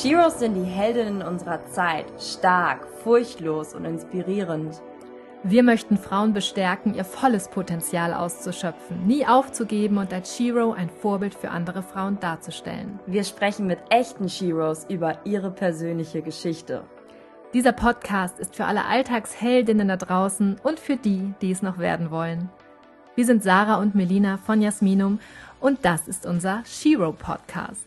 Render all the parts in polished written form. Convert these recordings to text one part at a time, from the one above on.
Sheroes sind die Heldinnen unserer Zeit, stark, furchtlos und inspirierend. Wir möchten Frauen bestärken, ihr volles Potenzial auszuschöpfen, nie aufzugeben und als Shero ein Vorbild für andere Frauen darzustellen. Wir sprechen mit echten Sheroes über ihre persönliche Geschichte. Dieser Podcast ist für alle Alltagsheldinnen da draußen und für die, die es noch werden wollen. Wir sind Sarah und Melina von Jasminum und das ist unser Shero Podcast.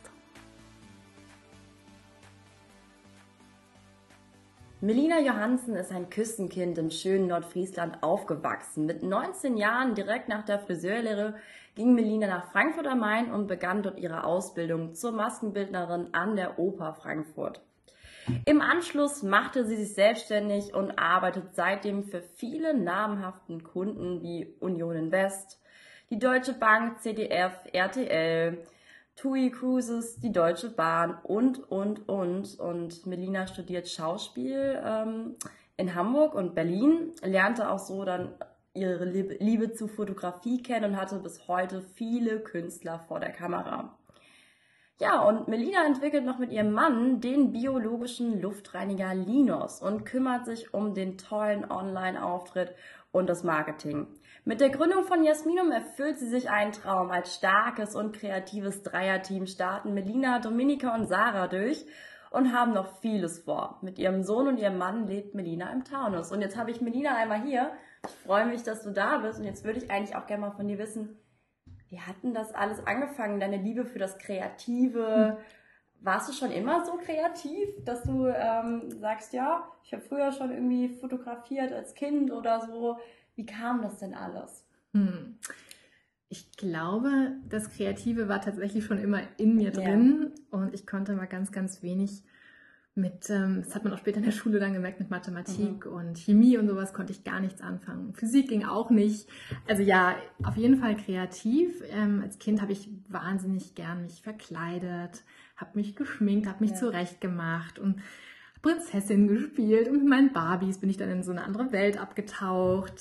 Melina Johansen ist ein Küstenkind im schönen Nordfriesland aufgewachsen. Mit 19 Jahren, direkt nach der Friseurlehre, ging Melina nach Frankfurt am Main und begann dort ihre Ausbildung zur Maskenbildnerin an der Oper Frankfurt. Im Anschluss machte sie sich selbstständig und arbeitet seitdem für viele namhaften Kunden wie Union Invest, die Deutsche Bank, ZDF, RTL, TUI Cruises, die Deutsche Bahn und. Und Melina studiert Schauspiel in Hamburg und Berlin, lernte auch so dann ihre Liebe zu Fotografie kennen und hatte bis heute viele Künstler vor der Kamera. Ja, und Melina entwickelt noch mit ihrem Mann den biologischen Luftreiniger Linos und kümmert sich um den tollen Online-Auftritt und das Marketing. Mit der Gründung von Jasminum erfüllt sie sich einen Traum. Als starkes und kreatives Dreierteam starten Melina, Dominika und Sarah durch und haben noch vieles vor. Mit ihrem Sohn und ihrem Mann lebt Melina im Taunus. Und jetzt habe ich Melina einmal hier. Ich freue mich, dass du da bist. Und jetzt würde ich eigentlich auch gerne mal von dir wissen, wie hat denn das alles angefangen, deine Liebe für das Kreative? Warst du schon immer so kreativ, dass du sagst, ja, ich habe früher schon irgendwie fotografiert als Kind oder so? Wie kam das denn alles? Ich glaube, das Kreative war tatsächlich schon immer in mir drin und ich konnte mal ganz, ganz wenig mit, das hat man auch später in der Schule dann gemerkt, mit Mathematik und Chemie und sowas konnte ich gar nichts anfangen. Physik ging auch nicht. Also ja, auf jeden Fall kreativ. Als Kind habe ich wahnsinnig gern mich verkleidet, habe mich geschminkt, habe mich zurechtgemacht und Prinzessin gespielt und mit meinen Barbies bin ich dann in so eine andere Welt abgetaucht.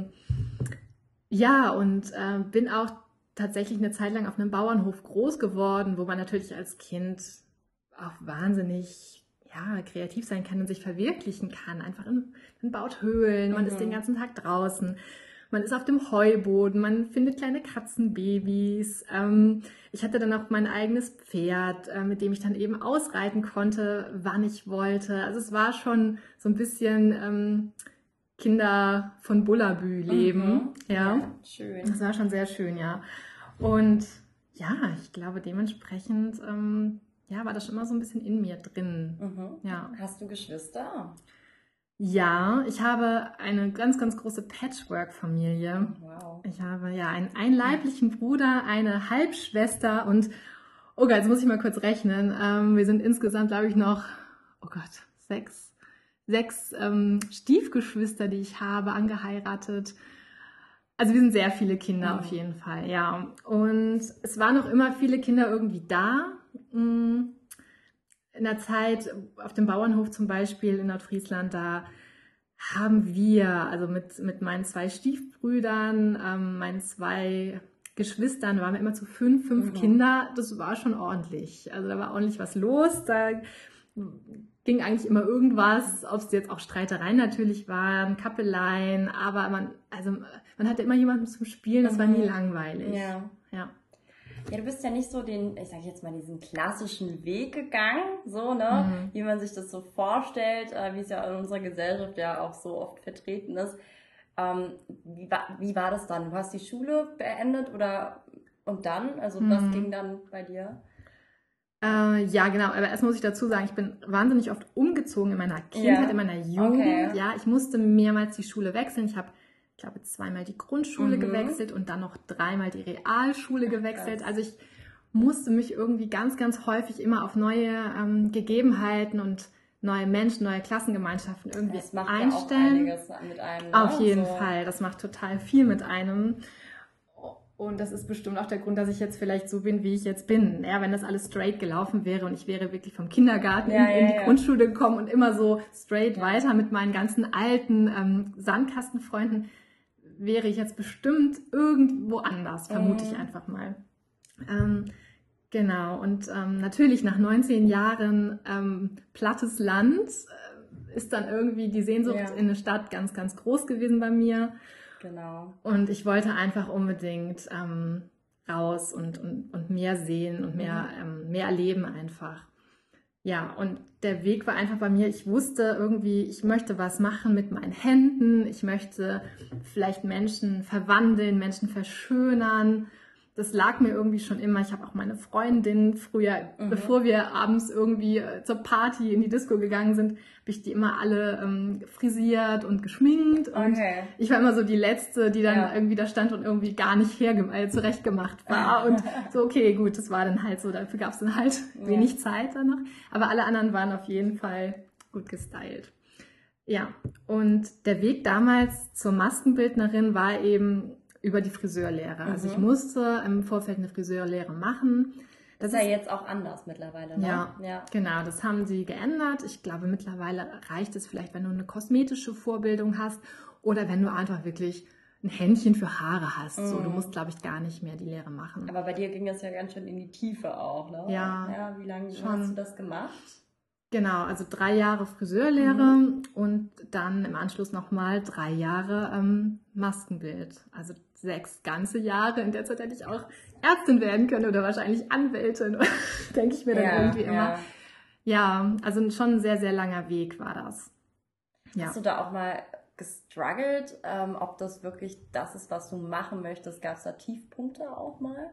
Bin auch tatsächlich eine Zeit lang auf einem Bauernhof groß geworden, wo man natürlich als Kind auch wahnsinnig kreativ sein kann und sich verwirklichen kann. Einfach man baut Höhlen, man ist den ganzen Tag draußen, man ist auf dem Heuboden, man findet kleine Katzenbabys. Ich hatte dann auch mein eigenes Pferd, mit dem ich dann eben ausreiten konnte, wann ich wollte. Also es war schon so ein bisschen Kinder von Bullabü leben. Ja, schön. Das war schon sehr schön, ja. Und ja, ich glaube dementsprechend war das schon immer so ein bisschen in mir drin. Ja. Hast du Geschwister? Ja, ich habe eine ganz, ganz große Patchwork-Familie. Wow. Ich habe einen leiblichen Bruder, eine Halbschwester und, oh Gott, jetzt muss ich mal kurz rechnen. Wir sind insgesamt, glaube ich, noch, sechs Stiefgeschwister, die ich habe, angeheiratet. Also wir sind sehr viele Kinder auf jeden Fall, ja. Und es waren noch immer viele Kinder irgendwie da. In der Zeit auf dem Bauernhof zum Beispiel in Nordfriesland, da haben wir, also mit meinen 2 Stiefbrüdern, meinen 2 Geschwistern, waren wir immer zu 5 Kinder. Das war schon ordentlich. Also da war ordentlich was los. Da ging eigentlich immer irgendwas, ob es jetzt auch Streitereien natürlich waren, Kappeleien, aber man hatte immer jemanden zum Spielen, das war nie langweilig. Ja, du bist ja nicht so ich sag jetzt mal, diesen klassischen Weg gegangen, so, ne, wie man sich das so vorstellt, wie es ja in unserer Gesellschaft ja auch so oft vertreten ist. Wie war das dann? Du hast die Schule beendet und dann? Also was ging dann bei dir? Ja, genau. Aber erst muss ich dazu sagen, ich bin wahnsinnig oft umgezogen in meiner Kindheit, in meiner Jugend. Okay. Ja, ich musste mehrmals die Schule wechseln. Ich habe, glaube 2-mal die Grundschule gewechselt und dann noch 3-mal die Realschule gewechselt. Also ich musste mich irgendwie ganz, ganz häufig immer auf neue Gegebenheiten und neue Menschen, neue Klassengemeinschaften irgendwie einstellen. Das macht ja auch einiges mit einem. Ne? Auf jeden Fall. Das macht total viel mit einem. Und das ist bestimmt auch der Grund, dass ich jetzt vielleicht so bin, wie ich jetzt bin. Ja, wenn das alles straight gelaufen wäre und ich wäre wirklich vom Kindergarten in die Grundschule gekommen und immer so straight weiter mit meinen ganzen alten Sandkastenfreunden, wäre ich jetzt bestimmt irgendwo anders, vermute ich einfach mal. Genau, und natürlich nach 19 Jahren plattes Land ist dann irgendwie die Sehnsucht in eine Stadt ganz, ganz groß gewesen bei mir. Genau. Und ich wollte einfach unbedingt raus und mehr sehen und mehr erleben einfach. Ja, und der Weg war einfach bei mir, ich wusste irgendwie, ich möchte was machen mit meinen Händen, ich möchte vielleicht Menschen verwandeln, Menschen verschönern. Das lag mir irgendwie schon immer. Ich habe auch meine Freundin früher, bevor wir abends irgendwie zur Party in die Disco gegangen sind, habe ich die immer alle frisiert und geschminkt. Und ich war immer so die Letzte, die dann irgendwie da stand und irgendwie gar nicht zurechtgemacht war. Und so, okay, gut, das war dann halt so. Dafür gab es dann halt wenig Zeit dann noch. Aber alle anderen waren auf jeden Fall gut gestylt. Ja, und der Weg damals zur Maskenbildnerin war eben über die Friseurlehre. Also ich musste im Vorfeld eine Friseurlehre machen. Das ist ja jetzt auch anders mittlerweile, ne? Ja, genau, das haben sie geändert. Ich glaube, mittlerweile reicht es vielleicht, wenn du eine kosmetische Vorbildung hast oder wenn du einfach wirklich ein Händchen für Haare hast. So, du musst, glaube ich, gar nicht mehr die Lehre machen. Aber bei dir ging das ja ganz schön in die Tiefe auch, ne? Ja. Wie lange hast du das gemacht? Genau, also 3 Jahre Friseurlehre und dann im Anschluss nochmal 3 Jahre Maskenbild. Also 6 ganze Jahre. In der Zeit hätte ich auch Ärztin werden können oder wahrscheinlich Anwältin, denke ich mir dann irgendwie immer. Ja, also schon ein sehr, sehr langer Weg war das. Ja. Hast du da auch mal gestruggelt, ob das wirklich das ist, was du machen möchtest? Gab es da Tiefpunkte auch mal?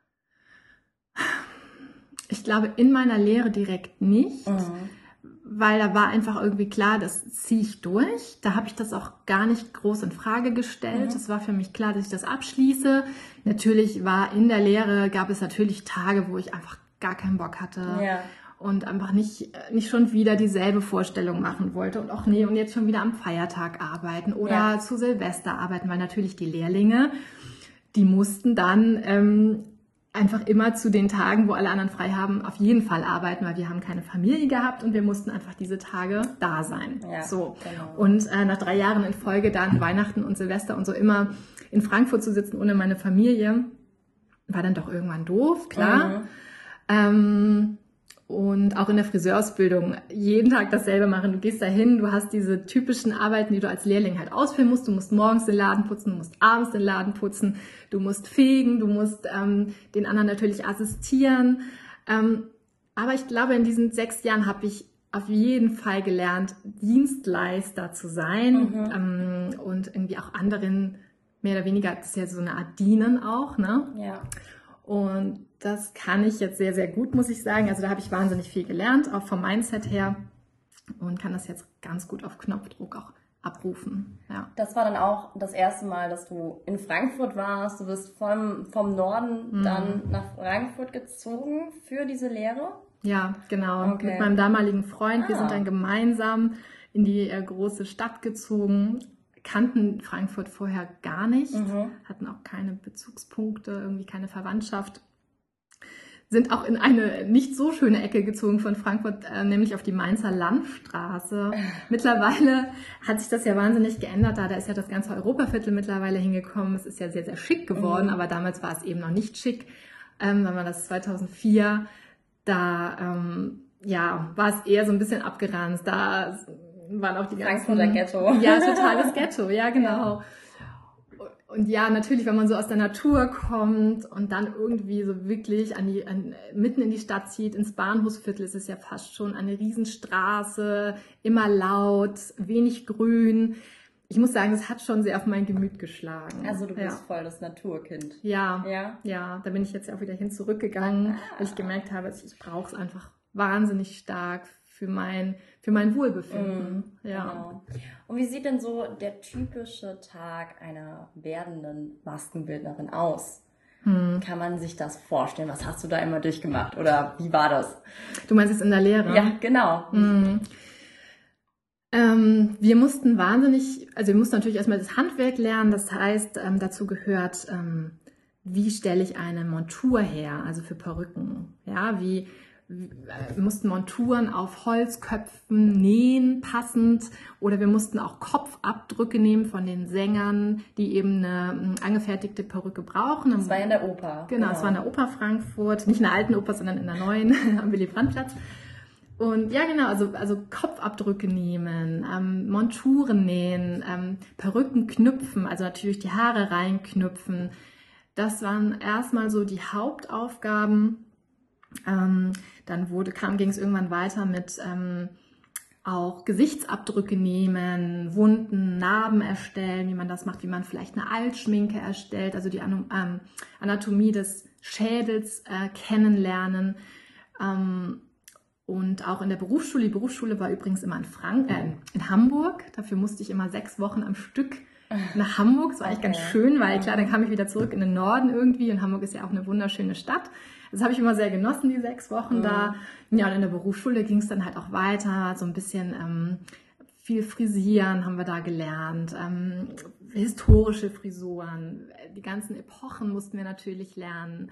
Ich glaube, in meiner Lehre direkt nicht, weil da war einfach irgendwie klar, das ziehe ich durch. Da habe ich das auch gar nicht groß in Frage gestellt. Es war für mich klar, dass ich das abschließe. Natürlich war in der Lehre, gab es natürlich Tage, wo ich einfach gar keinen Bock hatte und einfach nicht schon wieder dieselbe Vorstellung machen wollte und auch und jetzt schon wieder am Feiertag arbeiten oder zu Silvester arbeiten, weil natürlich die Lehrlinge, die mussten dann einfach immer zu den Tagen, wo alle anderen frei haben, auf jeden Fall arbeiten, weil wir haben keine Familie gehabt und wir mussten einfach diese Tage da sein. Ja, so. Genau. Und nach 3 Jahren in Folge dann Weihnachten und Silvester und so immer in Frankfurt zu sitzen ohne meine Familie, war dann doch irgendwann doof, klar. Und auch in der Friseurausbildung jeden Tag dasselbe machen. Du gehst da hin, du hast diese typischen Arbeiten, die du als Lehrling halt ausführen musst. Du musst morgens den Laden putzen, du musst abends den Laden putzen, du musst fegen, du musst den anderen natürlich assistieren. Aber ich glaube, in diesen 6 Jahren habe ich auf jeden Fall gelernt, Dienstleister zu sein und irgendwie auch anderen mehr oder weniger, das ist ja so eine Art Dienen auch, ne? Ja. Und das kann ich jetzt sehr, sehr gut, muss ich sagen. Also da habe ich wahnsinnig viel gelernt, auch vom Mindset her und kann das jetzt ganz gut auf Knopfdruck auch abrufen. Ja. Das war dann auch das erste Mal, dass du in Frankfurt warst. Du bist vom Norden dann nach Frankfurt gezogen für diese Lehre? Ja, genau. Okay. Mit meinem damaligen Freund. Wir sind dann gemeinsam in die große Stadt gezogen. Kannten Frankfurt vorher gar nicht, hatten auch keine Bezugspunkte, irgendwie keine Verwandtschaft. Sind auch in eine nicht so schöne Ecke gezogen von Frankfurt, nämlich auf die Mainzer Landstraße. Mittlerweile hat sich das ja wahnsinnig geändert, da ist ja das ganze Europaviertel mittlerweile hingekommen. Es ist ja sehr, sehr schick geworden, aber damals war es eben noch nicht schick. Wenn man das 2004, da war es eher so ein bisschen abgeranzt. Da waren auch die ganzen... Frankfurter Ghetto. Ja, totales Ghetto, ja genau. Und ja, natürlich, wenn man so aus der Natur kommt und dann irgendwie so wirklich mitten in die Stadt zieht, ins Bahnhofsviertel, ist es ja fast schon eine Riesenstraße, immer laut, wenig Grün. Ich muss sagen, das hat schon sehr auf mein Gemüt geschlagen. Also du bist voll das Naturkind. Ja, da bin ich jetzt auch wieder zurückgegangen, weil ich gemerkt habe, ich brauche es einfach wahnsinnig stark für mein Wohlbefinden. Genau. Und wie sieht denn so der typische Tag einer werdenden Maskenbildnerin aus? Kann man sich das vorstellen? Was hast du da immer durchgemacht? Oder wie war das? Du meinst jetzt in der Lehre? Ja, genau. Wir mussten natürlich erstmal das Handwerk lernen. Das heißt, dazu gehört, wie stelle ich eine Montur her, also für Perücken. Ja, wie Wir mussten Monturen auf Holzköpfen nähen, passend. Oder wir mussten auch Kopfabdrücke nehmen von den Sängern, die eben eine angefertigte Perücke brauchen. Das war ja in der Oper. Genau, es war in der Oper Frankfurt. Nicht in der alten Oper, sondern in der neuen am Willy-Brandt-Platz. Und ja, genau, also Kopfabdrücke nehmen, Monturen nähen, Perücken knüpfen, also natürlich die Haare reinknüpfen. Das waren erstmal so die Hauptaufgaben. Dann ging es irgendwann weiter mit auch Gesichtsabdrücke nehmen, Wunden, Narben erstellen, wie man das macht, wie man vielleicht eine Altschminke erstellt, also die Anatomie des Schädels kennenlernen. Und auch in der Berufsschule. Die Berufsschule war übrigens immer in Hamburg. Dafür musste ich immer 6 Wochen am Stück nach Hamburg. Das war eigentlich ganz schön, weil klar, dann kam ich wieder zurück in den Norden irgendwie. Und Hamburg ist ja auch eine wunderschöne Stadt. Das habe ich immer sehr genossen, die 6 Wochen da. Ja, und in der Berufsschule ging es dann halt auch weiter. So ein bisschen viel Frisieren haben wir da gelernt. Historische Frisuren. Die ganzen Epochen mussten wir natürlich lernen.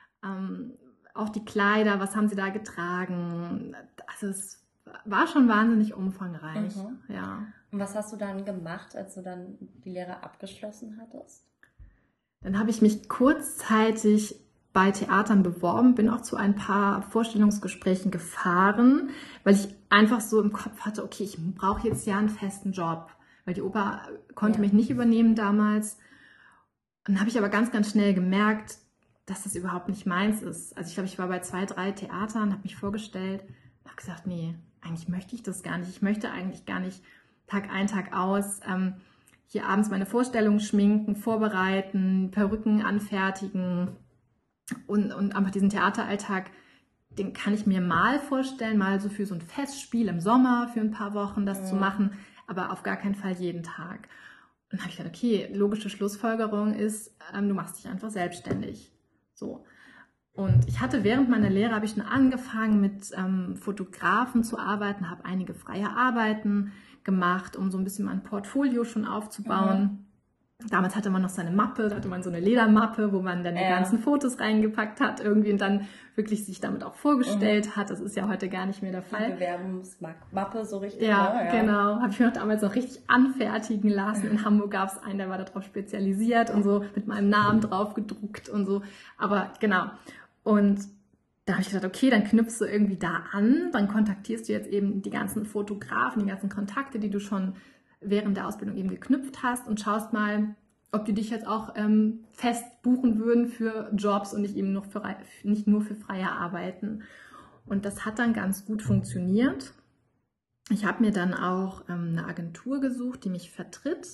Auch die Kleider, was haben sie da getragen? Also es war schon wahnsinnig umfangreich. Ja. Und was hast du dann gemacht, als du dann die Lehre abgeschlossen hattest? Dann habe ich mich kurzzeitig bei Theatern beworben, bin auch zu ein paar Vorstellungsgesprächen gefahren, weil ich einfach so im Kopf hatte, okay, ich brauche jetzt ja einen festen Job, weil die Oper konnte mich nicht übernehmen damals. Und dann habe ich aber ganz, ganz schnell gemerkt, dass das überhaupt nicht meins ist. Also ich glaube, ich war bei 2, 3 Theatern, habe mich vorgestellt und habe gesagt, nee, eigentlich möchte ich das gar nicht. Ich möchte eigentlich gar nicht Tag ein, Tag aus hier abends meine Vorstellungen schminken, vorbereiten, Perücken anfertigen und einfach diesen Theateralltag, den kann ich mir mal vorstellen, mal so für so ein Festspiel im Sommer für ein paar Wochen das zu machen, aber auf gar keinen Fall jeden Tag. Und dann habe ich gedacht, okay, logische Schlussfolgerung ist, du machst dich einfach selbstständig. So. Und ich hatte während meiner Lehre, habe ich schon angefangen mit Fotografen zu arbeiten, habe einige freie Arbeiten gemacht, um so ein bisschen mein Portfolio schon aufzubauen. Damals hatte man noch seine Mappe, da hatte man so eine Ledermappe, wo man dann die ganzen Fotos reingepackt hat irgendwie und dann wirklich sich damit auch vorgestellt hat. Das ist ja heute gar nicht mehr der Fall. Die Bewerbungsmappe so richtig. Ja, genau. Habe ich mir auch damals noch richtig anfertigen lassen. In Hamburg gab es einen, der war darauf spezialisiert und so mit meinem Namen drauf gedruckt und so. Aber genau. Und da habe ich gedacht, okay, dann knüpfst du irgendwie da an, dann kontaktierst du jetzt eben die ganzen Fotografen, die ganzen Kontakte, die du schon während der Ausbildung eben geknüpft hast und schaust mal, ob die dich jetzt auch fest buchen würden für Jobs und nicht eben nicht nur für freie Arbeiten. Und das hat dann ganz gut funktioniert. Ich habe mir dann auch eine Agentur gesucht, die mich vertritt.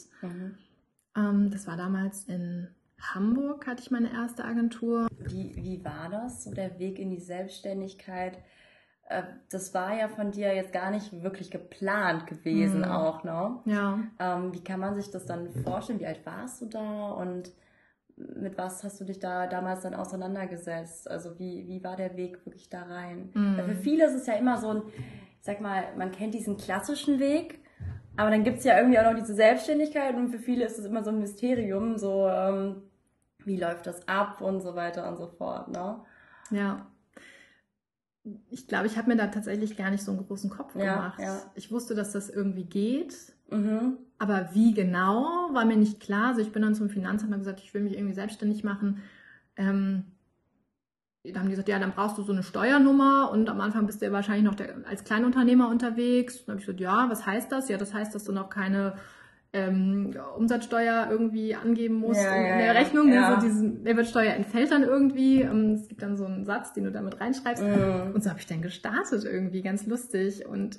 Das war damals in Hamburg, hatte ich meine erste Agentur. Wie war das, so der Weg in die Selbstständigkeit? Das war ja von dir jetzt gar nicht wirklich geplant gewesen auch, ne? Ja. Wie kann man sich das dann vorstellen? Wie alt warst du da und mit was hast du dich da damals dann auseinandergesetzt? Also wie war der Weg wirklich da rein? Weil für viele ist es ja immer so ein, ich sag mal, man kennt diesen klassischen Weg, aber dann gibt es ja irgendwie auch noch diese Selbstständigkeit und für viele ist es immer so ein Mysterium, so wie läuft das ab und so weiter und so fort, ne? Ja. Ich glaube, ich habe mir da tatsächlich gar nicht so einen großen Kopf gemacht. Ja. Ich wusste, dass das irgendwie geht, aber wie genau, war mir nicht klar. Also ich bin dann zum Finanzamt und habe gesagt, ich will mich irgendwie selbstständig machen. Da haben die gesagt, ja, dann brauchst du so eine Steuernummer und am Anfang bist du ja wahrscheinlich noch als Kleinunternehmer unterwegs. Dann habe ich gesagt, ja, was heißt das? Ja, das heißt, dass du noch keine Umsatzsteuer irgendwie angeben musst in der Rechnung. Ja. Also diese Mehrwertsteuer entfällt dann irgendwie. Es gibt dann so einen Satz, den du damit reinschreibst. Und so habe ich dann gestartet irgendwie, ganz lustig. Und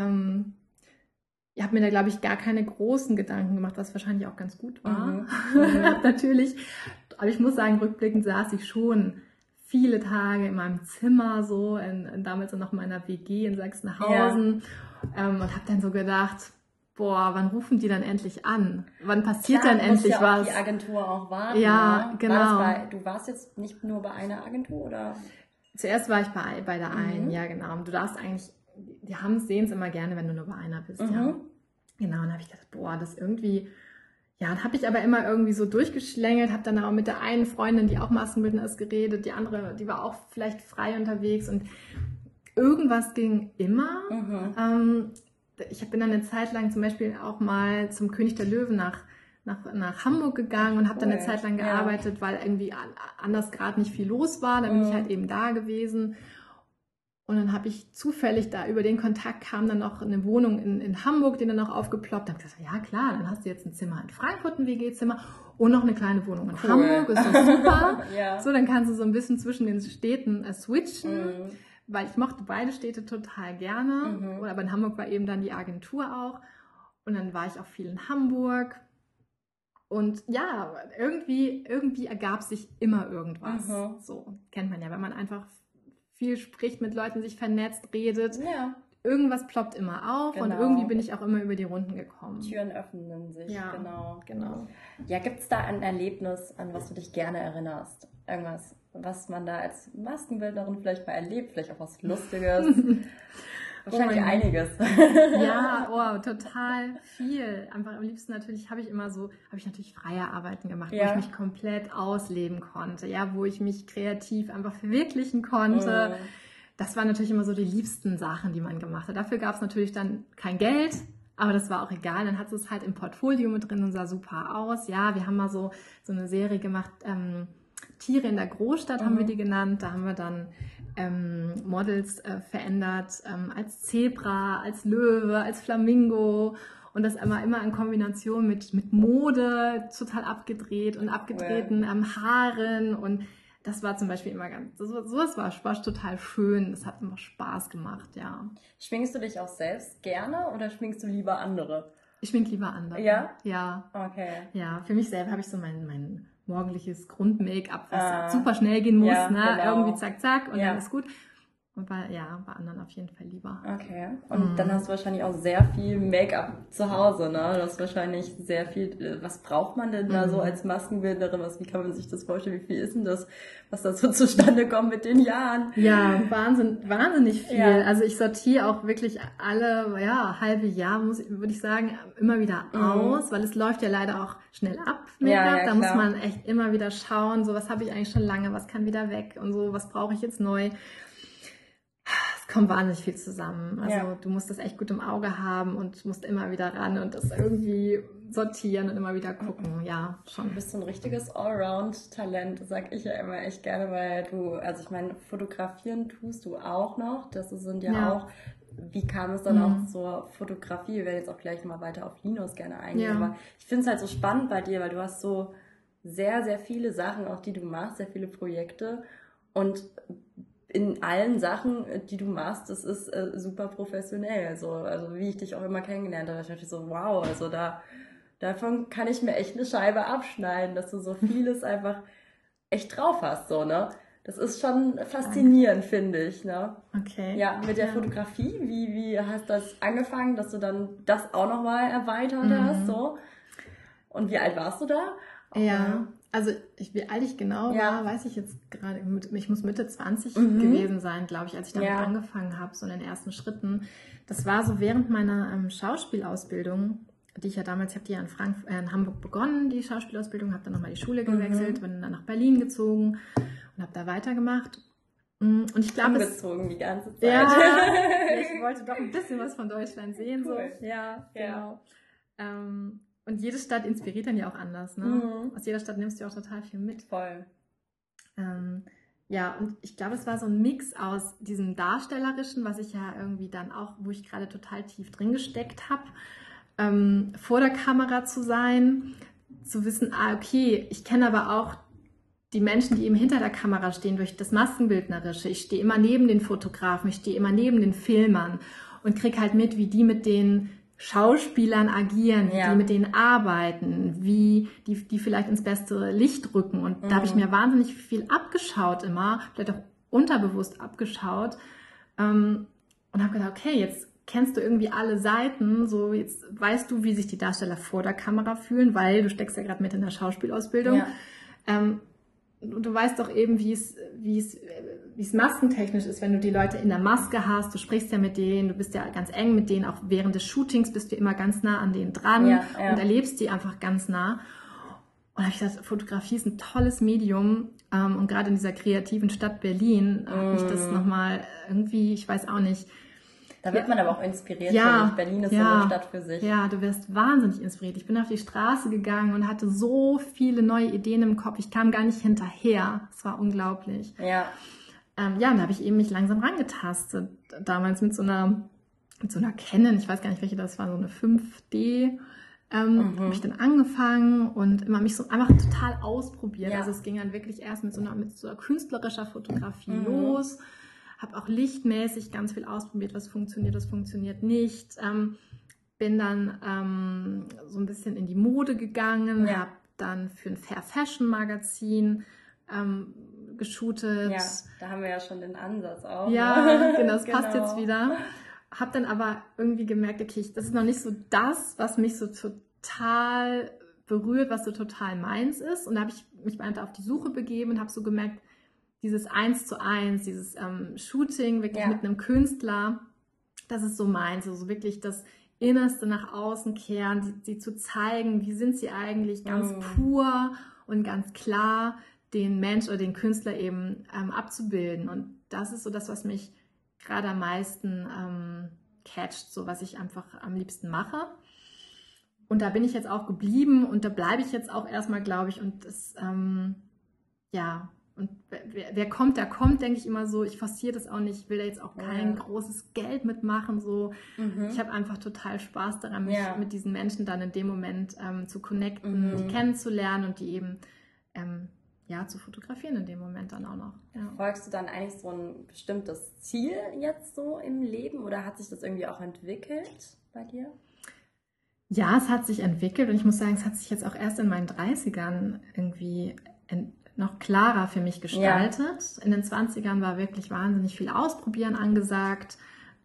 ich habe mir da, glaube ich, gar keine großen Gedanken gemacht, was wahrscheinlich auch ganz gut war. Natürlich. Aber ich muss sagen, rückblickend saß ich schon viele Tage in meinem Zimmer, so damals noch in meiner WG in Sachsenhausen und habe dann so gedacht, boah, wann rufen die dann endlich an? Wann passiert dann endlich ja was? Auch die Agentur auch warten. Ja, ne? genau. Du warst jetzt nicht nur bei einer Agentur, oder? Zuerst war ich bei der einen, ja genau. Du darfst eigentlich, die sehen es immer gerne, wenn du nur bei einer bist, ja. Genau, und dann habe ich gedacht, boah, das irgendwie, ja, dann habe ich aber immer irgendwie so durchgeschlängelt, habe dann auch mit der einen Freundin, die auch Maskenbildner ist, geredet, die andere, die war auch vielleicht frei unterwegs und irgendwas ging immer. Ich bin dann eine Zeit lang zum Beispiel auch mal zum König der Löwen nach Hamburg gegangen und habe dann eine Zeit lang gearbeitet, weil irgendwie anders gerade nicht viel los war. Dann bin ich halt eben da gewesen. Und dann habe ich zufällig da über den Kontakt kam dann noch eine Wohnung in Hamburg, die dann noch aufgeploppt. Dann habe ich gesagt, ja klar, dann hast du jetzt ein Zimmer in Frankfurt, ein WG-Zimmer und noch eine kleine Wohnung in Hamburg. Ist doch super. So, dann kannst du so ein bisschen zwischen den Städten switchen, weil ich mochte beide Städte total gerne. Aber in Hamburg war eben dann die Agentur auch. Und dann war ich auch viel in Hamburg. Und ja, irgendwie ergab sich immer irgendwas. So kennt man ja, wenn man einfach viel spricht, mit Leuten sich vernetzt, redet. Ja. Irgendwas ploppt immer auf und irgendwie bin ich auch immer über die Runden gekommen. Türen öffnen sich, genau. Ja, gibt es da ein Erlebnis, an was du dich gerne erinnerst? Irgendwas, was man da als Maskenbildnerin vielleicht mal erlebt, vielleicht auch was Lustiges? Wahrscheinlich einiges. Ja, total viel. Einfach am liebsten natürlich habe ich natürlich freie Arbeiten gemacht, wo ich mich komplett ausleben konnte, wo ich mich kreativ einfach verwirklichen konnte. Das waren natürlich immer so die liebsten Sachen, die man gemacht hat. Dafür gab es natürlich dann kein Geld, aber das war auch egal. Dann hat es halt im Portfolio mit drin und sah super aus. Ja, wir haben mal so eine Serie gemacht, Tiere in der Großstadt haben wir die genannt. Da haben wir dann Models verändert als Zebra, als Löwe, als Flamingo und das immer in Kombination mit Mode, total abgedreht und abgedrehten Haaren und das war zum Beispiel immer sowas war total schön, das hat immer Spaß gemacht, ja. Schminkst du dich auch selbst gerne oder schminkst du lieber andere? Ich schmink lieber andere. Ja? Ja. Okay. Ja, für mich selber habe ich so mein morgendliches Grund-Make-up, was super schnell gehen muss, irgendwie zack, zack und dann ist gut. Und bei anderen auf jeden Fall lieber. Okay. Und dann hast du wahrscheinlich auch sehr viel Make-up zu Hause, ne? Du hast wahrscheinlich sehr viel, was braucht man denn da so als Maskenbildnerin? Wie kann man sich das vorstellen? Wie viel ist denn das, was da so zustande kommt mit den Jahren? Ja, wahnsinnig viel. Ja. Also ich sortiere auch wirklich alle, halbe Jahr, würde ich sagen, immer wieder aus, weil es läuft ja leider auch schnell ab, Make-up. Da muss man echt immer wieder schauen, so was habe ich eigentlich schon lange, was kann wieder weg und so, was brauche ich jetzt neu? Kommt wahnsinnig viel zusammen. Also du musst das echt gut im Auge haben und musst immer wieder ran und das irgendwie sortieren und immer wieder gucken. Ja, schon. Du bist so ein richtiges Allround-Talent, sag ich ja immer echt gerne, weil ich meine, fotografieren tust du auch noch. Das sind auch, wie kam es dann auch zur Fotografie? Wir werden jetzt auch gleich mal weiter auf Linus gerne eingehen, aber ich finde es halt so spannend bei dir, weil du hast so sehr, sehr viele Sachen, auch die du machst, sehr viele Projekte und in allen Sachen, die du machst, das ist super professionell. Also wie ich dich auch immer kennengelernt habe, ich dachte so, wow, also davon kann ich mir echt eine Scheibe abschneiden, dass du so vieles einfach echt drauf hast, so, ne? Das ist schon faszinierend, finde ich, ne? Okay. Ja, mit der Fotografie, wie hast du das angefangen, dass du dann das auch nochmal erweitert hast, so? Und wie alt warst du da? Ja. Also wie alt ich genau war, weiß ich jetzt gerade. Ich muss Mitte 20 gewesen sein, glaube ich, als ich damit angefangen habe, so in den ersten Schritten. Das war so während meiner Schauspielausbildung, die ich ja damals, ich habe die ja in Hamburg begonnen, die Schauspielausbildung, habe dann nochmal die Schule gewechselt, bin dann nach Berlin gezogen und habe da weitergemacht. Und ich glaube, umgezogen die ganze Zeit. Ja, ich wollte doch ein bisschen was von Deutschland sehen. Cool. So. Ja, genau. Und jede Stadt inspiriert dann ja auch anders, ne? Aus jeder Stadt nimmst du auch total viel mit. Voll. Ja, und ich glaube, es war so ein Mix aus diesem Darstellerischen, was ich ja irgendwie dann auch, wo ich gerade total tief drin gesteckt habe, vor der Kamera zu sein, zu wissen, okay, ich kenne aber auch die Menschen, die eben hinter der Kamera stehen, durch das Maskenbildnerische. Ich stehe immer neben den Fotografen, ich stehe immer neben den Filmern und kriege halt mit, wie die mit den Schauspielern agieren, wie die mit denen arbeiten, wie die vielleicht ins beste Licht rücken. Und da habe ich mir wahnsinnig viel abgeschaut immer, vielleicht auch unterbewusst abgeschaut und habe gedacht, okay, jetzt kennst du irgendwie alle Seiten, so jetzt weißt du, wie sich die Darsteller vor der Kamera fühlen, weil du steckst ja gerade mit in der Schauspielausbildung. Ja. Du weißt doch eben, wie es maskentechnisch ist, wenn du die Leute in der Maske hast, du sprichst ja mit denen, du bist ja ganz eng mit denen, auch während des Shootings bist du immer ganz nah an denen dran und erlebst die einfach ganz nah. Und da habe ich gedacht, Fotografie ist ein tolles Medium. Und gerade in dieser kreativen Stadt Berlin hat mich das nochmal irgendwie, ich weiß auch nicht. Da wird man aber auch inspiriert, finde ich. Berlin ist so eine Stadt für sich. Ja, du wirst wahnsinnig inspiriert. Ich bin auf die Straße gegangen und hatte so viele neue Ideen im Kopf. Ich kam gar nicht hinterher. Es war unglaublich. Ja. Und da habe ich eben mich langsam rangetastet. Damals mit so einer Canon, ich weiß gar nicht, welche das war, so eine 5D. Habe ich dann angefangen und immer mich so einfach total ausprobiert. Ja. Also es ging dann wirklich erst mit so einer künstlerischer Fotografie los. Habe auch lichtmäßig ganz viel ausprobiert, was funktioniert nicht. Bin dann so ein bisschen in die Mode gegangen, habe dann für ein Fair Fashion Magazin geshootet. Ja, da haben wir ja schon den Ansatz auch. Ja, genau, das passt jetzt wieder. Habe dann aber irgendwie gemerkt, okay, das ist noch nicht so das, was mich so total berührt, was so total meins ist. Und da habe ich mich einfach auf die Suche begeben und habe so gemerkt, dieses 1:1, dieses Shooting wirklich mit einem Künstler, das ist so meins. Also wirklich das Innerste nach außen kehren, sie zu zeigen, wie sind sie eigentlich ganz pur und ganz klar, den Mensch oder den Künstler eben abzubilden. Und das ist so das, was mich gerade am meisten catcht, so was ich einfach am liebsten mache. Und da bin ich jetzt auch geblieben und da bleibe ich jetzt auch erstmal, glaube ich. Und das, und wer kommt, der kommt, denke ich immer so. Ich forciere das auch nicht, ich will da jetzt auch kein großes Geld mitmachen. So. Ich habe einfach total Spaß daran, mich mit diesen Menschen dann in dem Moment zu connecten, die kennenzulernen und die eben zu fotografieren in dem Moment dann auch noch. Ja. Folgst du dann eigentlich so ein bestimmtes Ziel jetzt so im Leben oder hat sich das irgendwie auch entwickelt bei dir? Ja, es hat sich entwickelt und ich muss sagen, es hat sich jetzt auch erst in meinen 30ern irgendwie noch klarer für mich gestaltet. In den 20ern war wirklich wahnsinnig viel Ausprobieren angesagt,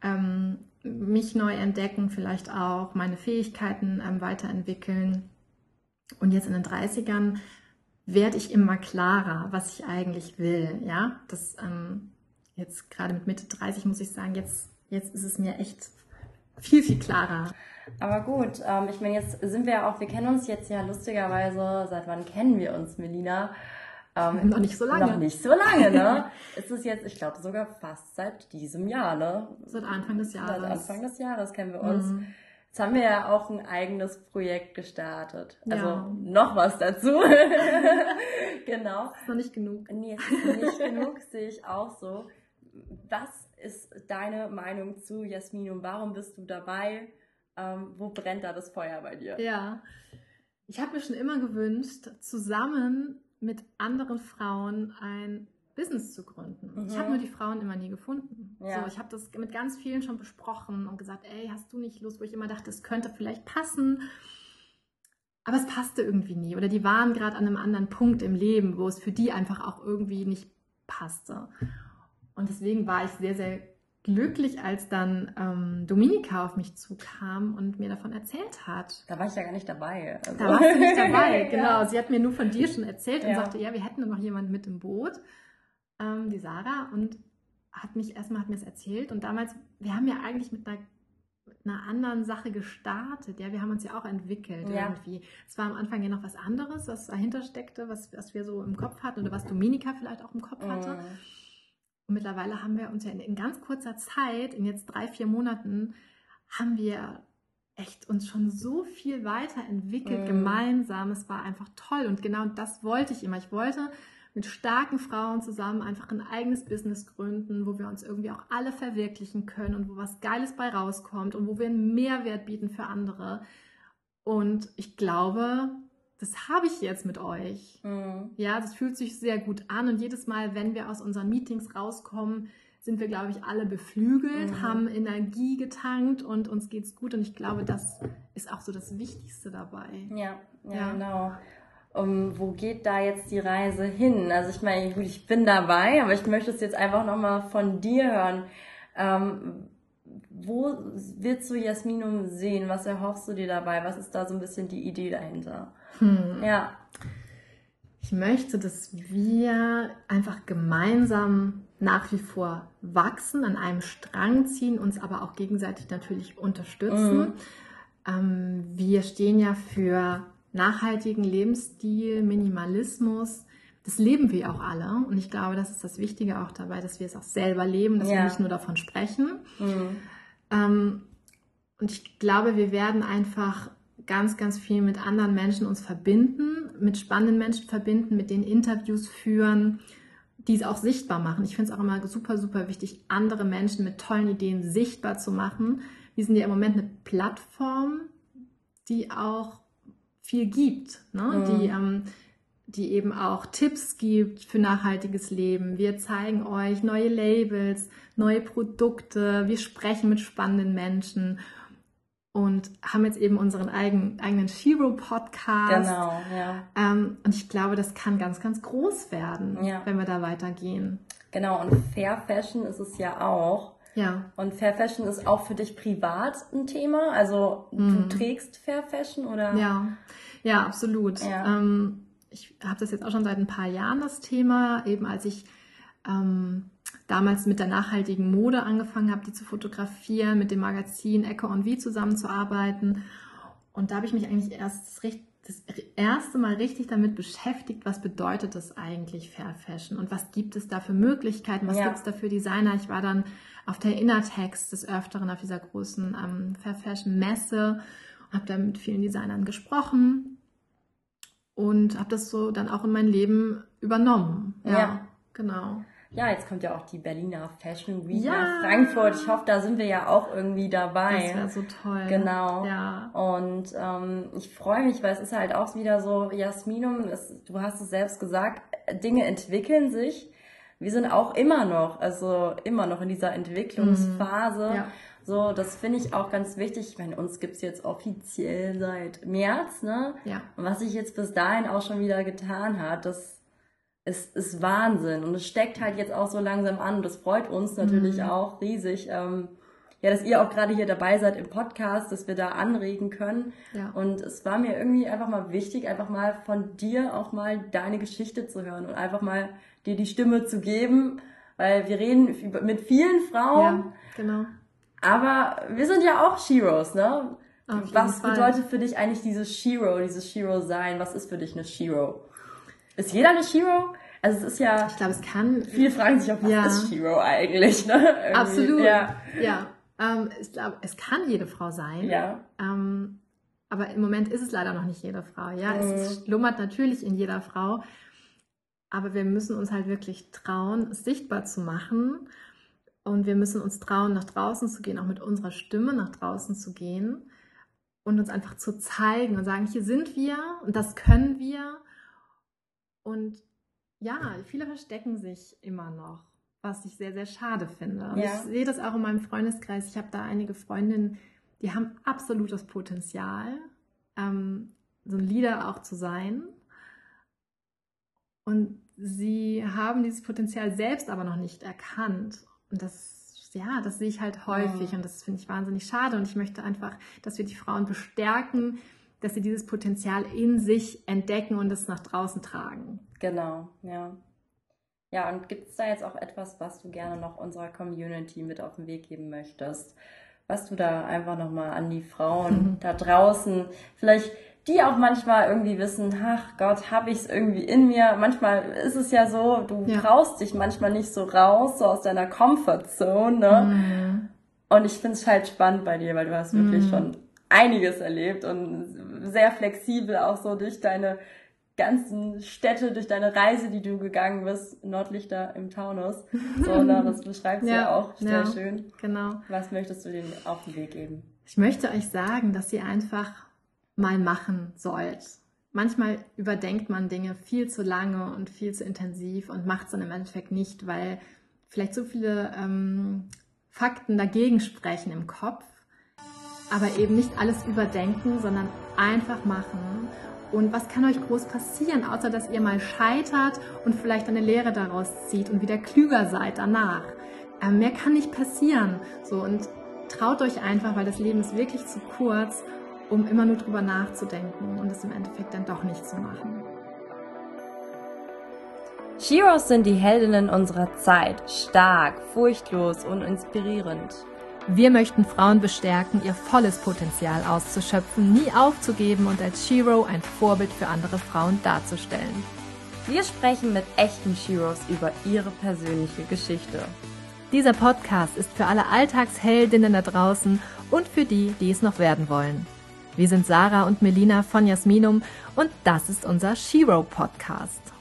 mich neu entdecken, vielleicht auch meine Fähigkeiten weiterentwickeln. Und jetzt in den 30ern werde ich immer klarer, was ich eigentlich will. Ja, das jetzt gerade mit Mitte 30 muss ich sagen, jetzt ist es mir echt viel, viel klarer. Aber gut, ich meine, jetzt sind wir ja auch, wir kennen uns jetzt ja lustigerweise, seit wann kennen wir uns, Melina? Noch nicht so lange. Noch nicht so lange, ne? Es ist jetzt, ich glaube, sogar fast seit diesem Jahr, ne? Seit Anfang des Jahres. Seit Anfang des Jahres kennen wir uns. Jetzt haben wir ja auch ein eigenes Projekt gestartet. Also noch was dazu. Genau. Ist noch nicht genug. Nee, es ist nicht genug, sehe ich auch so. Was ist deine Meinung zu Jasmin und warum bist du dabei? Wo brennt da das Feuer bei dir? Ja, ich habe mir schon immer gewünscht, zusammen mit anderen Frauen ein Business zu gründen. Ich habe nur die Frauen immer nie gefunden. Ja. So, ich habe das mit ganz vielen schon besprochen und gesagt, ey, hast du nicht Lust, wo ich immer dachte, es könnte vielleicht passen. Aber es passte irgendwie nie. Oder die waren gerade an einem anderen Punkt im Leben, wo es für die einfach auch irgendwie nicht passte. Und deswegen war ich sehr, sehr glücklich, als dann Dominika auf mich zukam und mir davon erzählt hat. Da war ich ja gar nicht dabei. Also. Da warst du nicht dabei, genau. Sie hat mir nur von dir schon erzählt und sagte, ja, wir hätten noch jemanden mit im Boot, die Sarah, und hat mir es erzählt. Und damals, wir haben ja eigentlich mit einer anderen Sache gestartet. Ja, wir haben uns ja auch entwickelt irgendwie. Es war am Anfang ja noch was anderes, was dahinter steckte, was wir so im Kopf hatten oder was Dominika vielleicht auch im Kopf hatte. Und mittlerweile haben wir uns ja in ganz kurzer Zeit, in jetzt 3-4 Monaten, haben wir echt uns schon so viel weiterentwickelt gemeinsam. Es war einfach toll und genau das wollte ich immer. Ich wollte mit starken Frauen zusammen einfach ein eigenes Business gründen, wo wir uns irgendwie auch alle verwirklichen können und wo was Geiles bei rauskommt und wo wir einen Mehrwert bieten für andere. Und ich glaube, das habe ich jetzt mit euch. Ja, das fühlt sich sehr gut an und jedes Mal, wenn wir aus unseren Meetings rauskommen, sind wir, glaube ich, alle beflügelt, haben Energie getankt und uns geht's gut und ich glaube, das ist auch so das Wichtigste dabei. Ja. Genau. Wo geht da jetzt die Reise hin? Also ich meine, gut, ich bin dabei, aber ich möchte es jetzt einfach nochmal von dir hören. Wo willst du Jasmin sehen? Was erhoffst du dir dabei? Was ist da so ein bisschen die Idee dahinter? Ja. Ich möchte, dass wir einfach gemeinsam nach wie vor wachsen, an einem Strang ziehen, uns aber auch gegenseitig natürlich unterstützen. Wir stehen ja für nachhaltigen Lebensstil, Minimalismus, das leben wir auch alle. Und ich glaube, das ist das Wichtige auch dabei, dass wir es auch selber leben, dass wir nicht nur davon sprechen. Und ich glaube, wir werden einfach ganz, ganz viel mit anderen Menschen uns verbinden, mit spannenden Menschen verbinden, mit denen Interviews führen, die es auch sichtbar machen. Ich finde es auch immer super, super wichtig, andere Menschen mit tollen Ideen sichtbar zu machen. Wir sind ja im Moment eine Plattform, die auch viel gibt, ne? Die eben auch Tipps gibt für nachhaltiges Leben. Wir zeigen euch neue Labels, neue Produkte, wir sprechen mit spannenden Menschen und haben jetzt eben unseren eigenen Shiro-Podcast. Genau, ja. Und ich glaube, das kann ganz, ganz groß werden, wenn wir da weitergehen. Genau, und Fair Fashion ist es ja auch. Ja. Und Fair Fashion ist auch für dich privat ein Thema? Also du trägst Fair Fashion, oder? Ja, absolut. Ja. Ich habe das jetzt auch schon seit ein paar Jahren, das Thema, eben als ich damals mit der nachhaltigen Mode angefangen habe, die zu fotografieren, mit dem Magazin Eco und Wie zusammenzuarbeiten. Und da habe ich mich eigentlich erst das erste Mal richtig damit beschäftigt, was bedeutet das eigentlich Fair Fashion und was gibt es da für Möglichkeiten, was gibt es da für Designer. Ich war dann auf der Innertext des Öfteren auf dieser großen Fair Fashion Messe und habe da mit vielen Designern gesprochen und habe das so dann auch in mein Leben übernommen. Ja, genau. Ja, jetzt kommt ja auch die Berliner Fashion Week nach Frankfurt. Ich hoffe, da sind wir ja auch irgendwie dabei. Das wäre so toll. Genau. Ja. Und ich freue mich, weil es ist halt auch wieder so, Jasminum, du hast es selbst gesagt, Dinge entwickeln sich. Wir sind auch immer noch in dieser Entwicklungsphase. Ja. So, das finde ich auch ganz wichtig. Ich meine, uns gibt's jetzt offiziell seit März, ne? Ja. Und was sich jetzt bis dahin auch schon wieder getan hat, das ist Wahnsinn. Und es steckt halt jetzt auch so langsam an. Und das freut uns natürlich auch riesig, dass ihr auch gerade hier dabei seid im Podcast, dass wir da anregen können. Ja. Und es war mir irgendwie einfach mal wichtig, einfach mal von dir auch mal deine Geschichte zu hören und einfach mal dir die Stimme zu geben, weil wir reden mit vielen Frauen. Ja, genau. Aber wir sind ja auch Sheroes, ne? Was bedeutet für dich eigentlich dieses Shero-Sein? Was ist für dich eine Shero? Ist jeder eine Shero? Also es ist ja... Ich glaube, es kann... Viele fragen sich auch, was ist Shero eigentlich? Ne? Absolut. Ja. Ich glaube, es kann jede Frau sein. Ja. Aber im Moment ist es leider noch nicht jede Frau. Ja, es schlummert natürlich in jeder Frau. Aber wir müssen uns halt wirklich trauen, es sichtbar zu machen. Und wir müssen uns trauen, nach draußen zu gehen, auch mit unserer Stimme nach draußen zu gehen und uns einfach zu zeigen und sagen, hier sind wir und das können wir. Und ja, viele verstecken sich immer noch, was ich sehr, sehr schade finde. Und ich sehe das auch in meinem Freundeskreis. Ich habe da einige Freundinnen, die haben absolutes Potenzial, so ein Leader auch zu sein. Und sie haben dieses Potenzial selbst aber noch nicht erkannt. Und das sehe ich halt häufig und das finde ich wahnsinnig schade. Und ich möchte einfach, dass wir die Frauen bestärken, dass sie dieses Potenzial in sich entdecken und es nach draußen tragen. Genau, ja. Ja, und gibt es da jetzt auch etwas, was du gerne noch unserer Community mit auf den Weg geben möchtest? Was du da einfach nochmal an die Frauen da draußen, vielleicht die auch manchmal irgendwie wissen, ach Gott, habe ich es irgendwie in mir. Manchmal ist es ja so, du traust dich manchmal nicht so raus, so aus deiner Comfortzone, ne? Und ich finde es halt spannend bei dir, weil du hast wirklich schon einiges erlebt und sehr flexibel auch so durch deine ganzen Städte, durch deine Reise, die du gegangen bist, Nordlichter im Taunus. So, ne, das beschreibt sie ja auch sehr schön. Genau. Was möchtest du denen auf den Weg geben? Ich möchte euch sagen, dass ihr einfach mal machen sollt. Manchmal überdenkt man Dinge viel zu lange und viel zu intensiv und macht es dann im Endeffekt nicht, weil vielleicht so viele Fakten dagegen sprechen im Kopf, aber eben nicht alles überdenken, sondern einfach machen. Und was kann euch groß passieren, außer dass ihr mal scheitert und vielleicht eine Lehre daraus zieht und wieder klüger seid danach? Mehr kann nicht passieren. So, und traut euch einfach, weil das Leben ist wirklich zu kurz, um immer nur drüber nachzudenken und es im Endeffekt dann doch nicht zu machen. Sheroes sind die Heldinnen unserer Zeit, stark, furchtlos und inspirierend. Wir möchten Frauen bestärken, ihr volles Potenzial auszuschöpfen, nie aufzugeben und als Shero ein Vorbild für andere Frauen darzustellen. Wir sprechen mit echten Sheroes über ihre persönliche Geschichte. Dieser Podcast ist für alle Alltagsheldinnen da draußen und für die, die es noch werden wollen. Wir sind Sarah und Melina von Jasminum und das ist unser Shero Podcast.